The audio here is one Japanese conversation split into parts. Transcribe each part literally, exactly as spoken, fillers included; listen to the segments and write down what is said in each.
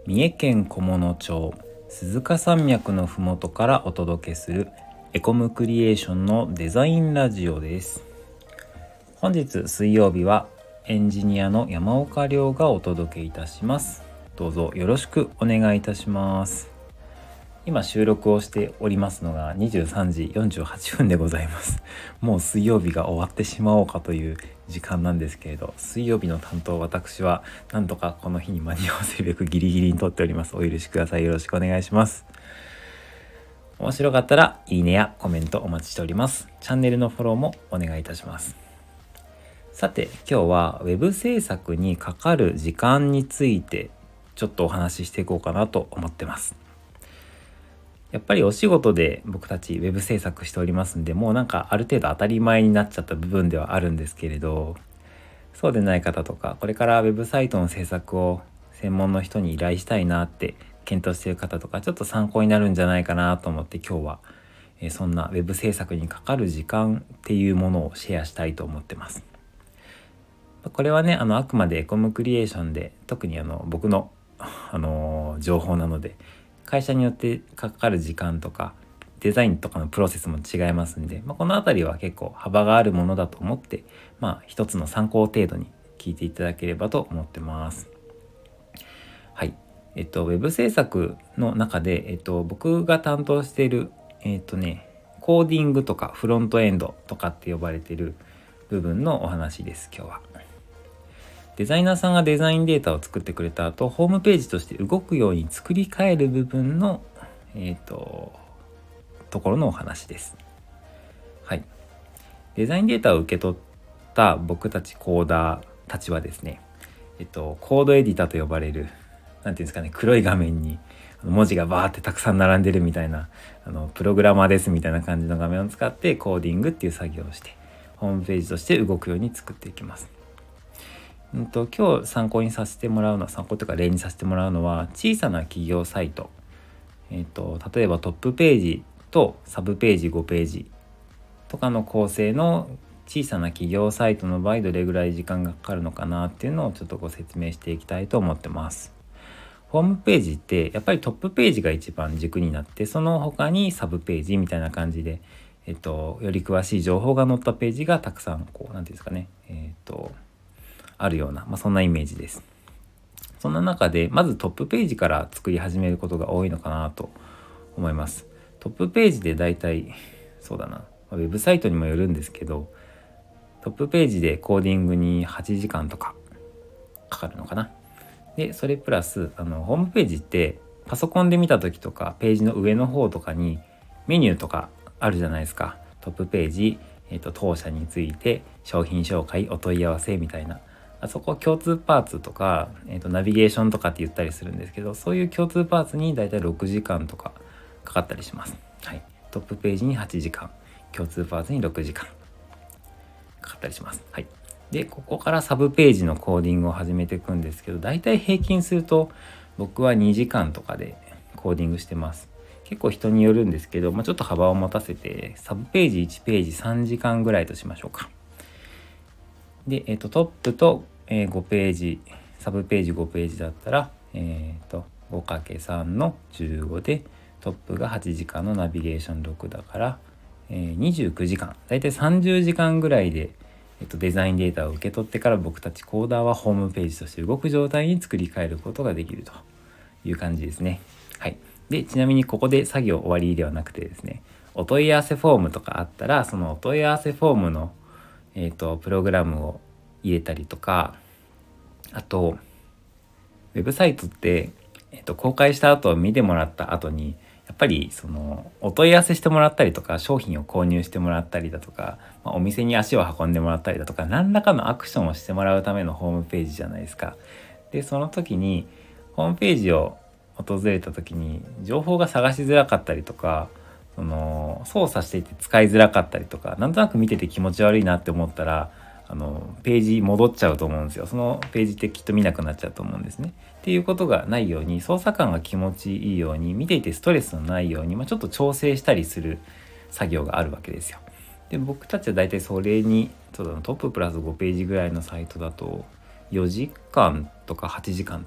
三重県菰野町鈴鹿山脈のふもとからお届けするエコムクリエーションのデザインラジオです。本日水曜日はエンジニアの山岡亮がお届けいたします。どうぞよろしくお願いいたします。今収録をしておりますのがにじゅうさんじよんじゅうはっぷんでございます。もう水曜日が終わってしまおうかという時間なんですけれど、水曜日の担当私はなんとかこの日に間に合わせるべくギリギリに撮っております。お許しください。よろしくお願いします。面白かったらいいねやコメントお待ちしております。チャンネルのフォローもお願いいたします。さて今日はウェブ制作にかかる時間についてちょっとお話ししていこうかなと思ってます。やっぱりお仕事で僕たちウェブ制作しておりますんで、もうなんかある程度当たり前になっちゃった部分ではあるんですけれど、そうでない方とかこれからウェブサイトの制作を専門の人に依頼したいなって検討している方とか、ちょっと参考になるんじゃないかなと思って今日はえそんなウェブ制作にかかる時間っていうものをシェアしたいと思ってます。これはね、あのあくまでエコムクリエーションで、特にあの僕の、あのー情報なので、会社によってかかる時間とかデザインとかのプロセスも違いますんで、まあ、このあたりは結構幅があるものだと思って、まあ一つの参考程度に聞いていただければと思ってます。はい。えっとウェブ制作の中で、えっと僕が担当しているえっとねコーディングとかフロントエンドとかって呼ばれている部分のお話です。今日はデザイナーさんがデザインデータを作ってくれた後、ホームページとして動くように作り変える部分の、えーと、ところのお話です。はい。デザインデータを受け取った僕たちコーダーたちはですね、えっと、コードエディタと呼ばれる、なんていうんですかね、黒い画面に文字がバーってたくさん並んでるみたいな、あのプログラマーですみたいな感じの画面を使ってコーディングっていう作業をして、ホームページとして動くように作っていきます。うんと、今日参考にさせてもらうのは、参考というか例にさせてもらうのは、小さな企業サイト、えっと、例えばトップページとサブページごページとかの構成の小さな企業サイトの場合、どれぐらい時間がかかるのかなっていうのをちょっとご説明していきたいと思ってます。ホームページってやっぱりトップページが一番軸になって、その他にサブページみたいな感じで、えっと、より詳しい情報が載ったページがたくさん、こう、なんていうんですかね、えっと、あるような、まあ、そんなイメージです。そんな中でまずトップページから作り始めることが多いのかなと思います。トップページでだいたいそうだな、ウェブサイトにもよるんですけど、トップページでコーディングにはちじかんとかかかるのかな。でそれプラスあのホームページってパソコンで見た時とかページの上の方とかにメニューとかあるじゃないですか。トップページ、えーと、当社について商品紹介、お問い合わせみたいな、あそこ共通パーツとか、えーと、ナビゲーションとかって言ったりするんですけど、そういう共通パーツにだいたいろくじかんとかかかったりします。はい、トップページにはちじかん、共通パーツにろくじかんかかったりします。はい。でここからサブページのコーディングを始めていくんですけど、だいたい平均すると僕はにじかんとかでコーディングしてます。結構人によるんですけど、まあ、ちょっと幅を持たせてサブページいちページさんじかんぐらいとしましょうか。で、えー、とトップと、えー、ごページ、サブページごページだったら、えー、と ごかけるさん のじゅうごで、トップがはちじかんのナビゲーションろくだから、えー、にじゅうくじかん、だいたいさんじゅうじかんぐらいで、えー、とデザインデータを受け取ってから僕たちコーダーはホームページとして動く状態に作り変えることができるという感じですね。はい。でちなみにここで作業終わりではなくてですね、お問い合わせフォームとかあったら、そのお問い合わせフォームの、えー、とプログラムを入れたりとか、あとウェブサイトって、えー、と公開した後見てもらった後にやっぱりそのお問い合わせしてもらったりとか、商品を購入してもらったりだとか、まあ、お店に足を運んでもらったりだとか、何らかのアクションをしてもらうためのホームページじゃないですか。でその時にホームページを訪れた時に情報が探しづらかったりとか、その操作していて使いづらかったりとか、なんとなく見てて気持ち悪いなって思ったら、あのページ戻っちゃうと思うんですよ。そのページってきっと見なくなっちゃうと思うんですね。っていうことがないように、操作感が気持ちいいように、見ていてストレスのないように、まあ、ちょっと調整したりする作業があるわけですよ。で僕たちはだいたいそれに、そうだな、トッププラスごページぐらいのサイトだとよじかんとかはちじかんとか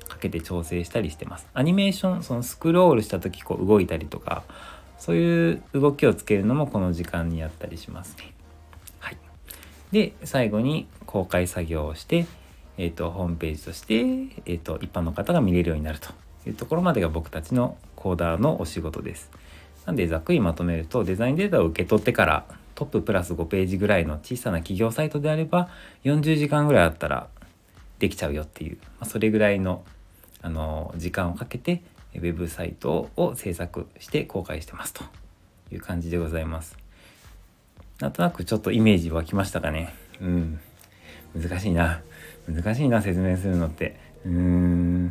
かけて調整したりしてます。アニメーション、そのスクロールした時こう動いたりとか、そういう動きをつけるのもこの時間にやったりしますね。はい。で最後に公開作業をして、えー、とホームページとして、えー、と一般の方が見れるようになるというところまでが僕たちのコーダーのお仕事です。なんでざっくりまとめると、デザインデータを受け取ってからトッププラスごページぐらいの小さな企業サイトであればよんじゅうじかんぐらいあったらできちゃうよっていう、まあ、それぐらいの、あの時間をかけてウェブサイトを制作して公開してますという感じでございます。なんとなくちょっとイメージ湧きましたかね。うん。難しいな。難しいな、説明するのって。うーん。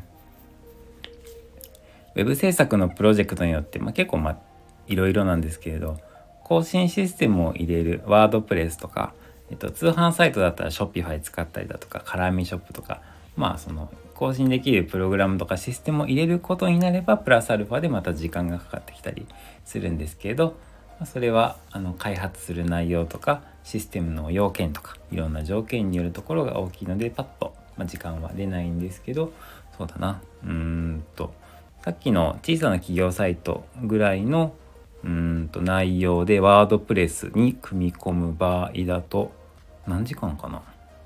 ウェブ制作のプロジェクトによって、まあ、結構まあいろいろなんですけれど、更新システムを入れるワードプレスとか、えっと、通販サイトだったら Shopify 使ったりだとか、カラーミショップとか、まあその更新できるプログラムとかシステムを入れることになればプラスアルファでまた時間がかかってきたりするんですけれど、それはあの開発する内容とかシステムの要件とかいろんな条件によるところが大きいのでパッと、まあ、時間は出ないんですけど、そうだな、うーんとさっきの小さな企業サイトぐらいのうーんと内容でワードプレスに組み込む場合だと何時間かな、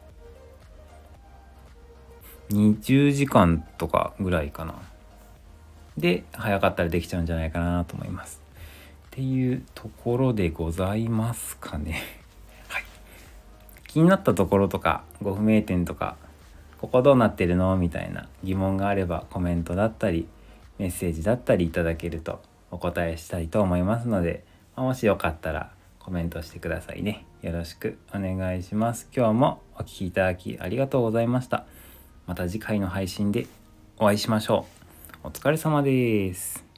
にじゅうじかんとかぐらいかな。で早かったらできちゃうんじゃないかなと思いますっていうところでございますかね。はい、気になったところとかご不明点とか、ここどうなってるのみたいな疑問があればコメントだったりメッセージだったりいただけるとお答えしたいと思いますので、もしよかったらコメントしてくださいね。よろしくお願いします。今日もお聞きいただきありがとうございました。また次回の配信でお会いしましょう。お疲れ様です。